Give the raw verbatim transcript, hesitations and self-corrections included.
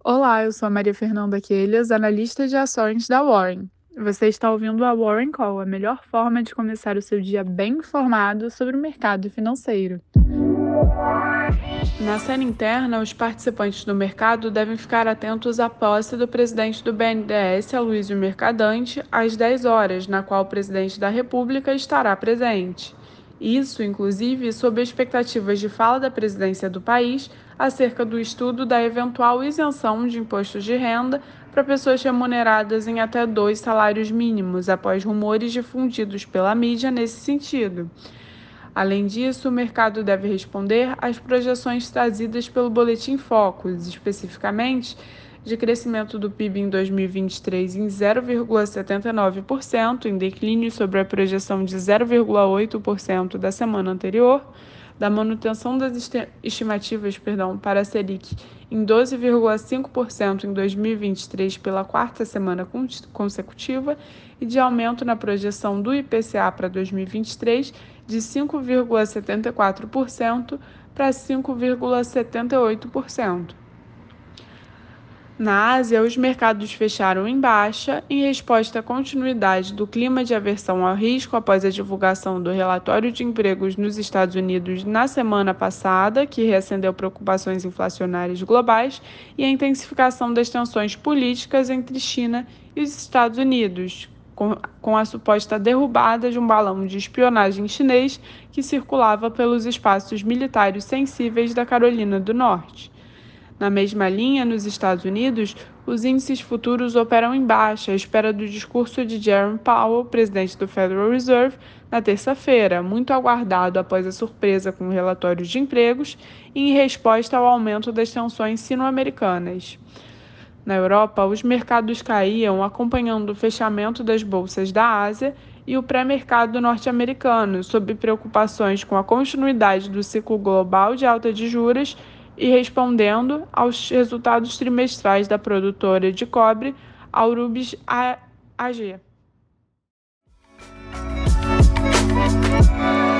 Olá, eu sou a Maria Fernanda Quelhas, analista de ações da Warren. Você está ouvindo a Warren Call, a melhor forma de começar o seu dia bem informado sobre o mercado financeiro. Na cena interna, os participantes do mercado devem ficar atentos à posse do presidente do B N D E S, Aloysio Mercadante, às dez horas, na qual o presidente da República estará presente. Isso, inclusive, sob expectativas de fala da presidência do país acerca do estudo da eventual isenção de impostos de renda para pessoas remuneradas em até dois salários mínimos, após rumores difundidos pela mídia nesse sentido. Além disso, o mercado deve responder às projeções trazidas pelo Boletim Focus, especificamente de crescimento do P I B em dois mil e vinte e três em zero vírgula setenta e nove por cento, em declínio sobre a projeção de zero vírgula oito por cento da semana anterior, da manutenção das estimativas perdão, para a Selic em doze vírgula cinco por cento em dois mil e vinte e três pela quarta semana consecutiva e de aumento na projeção do I P C A para dois mil e vinte e três de cinco vírgula setenta e quatro por cento para cinco vírgula setenta e oito por cento. Na Ásia, os mercados fecharam em baixa, em resposta à continuidade do clima de aversão ao risco após a divulgação do relatório de empregos nos Estados Unidos na semana passada, que reacendeu preocupações inflacionárias globais, e a intensificação das tensões políticas entre China e os Estados Unidos, com, com a suposta derrubada de um balão de espionagem chinês que circulava pelos espaços militares sensíveis da Carolina do Norte. Na mesma linha, nos Estados Unidos, os índices futuros operam em baixa à espera do discurso de Jerome Powell, presidente do Federal Reserve, na terça-feira, muito aguardado após a surpresa com o relatório de empregos e em resposta ao aumento das tensões sino-americanas. Na Europa, os mercados caíam acompanhando o fechamento das bolsas da Ásia e o pré-mercado norte-americano, sob preocupações com a continuidade do ciclo global de alta de juros e respondendo aos resultados trimestrais da produtora de cobre, Aurubis A G.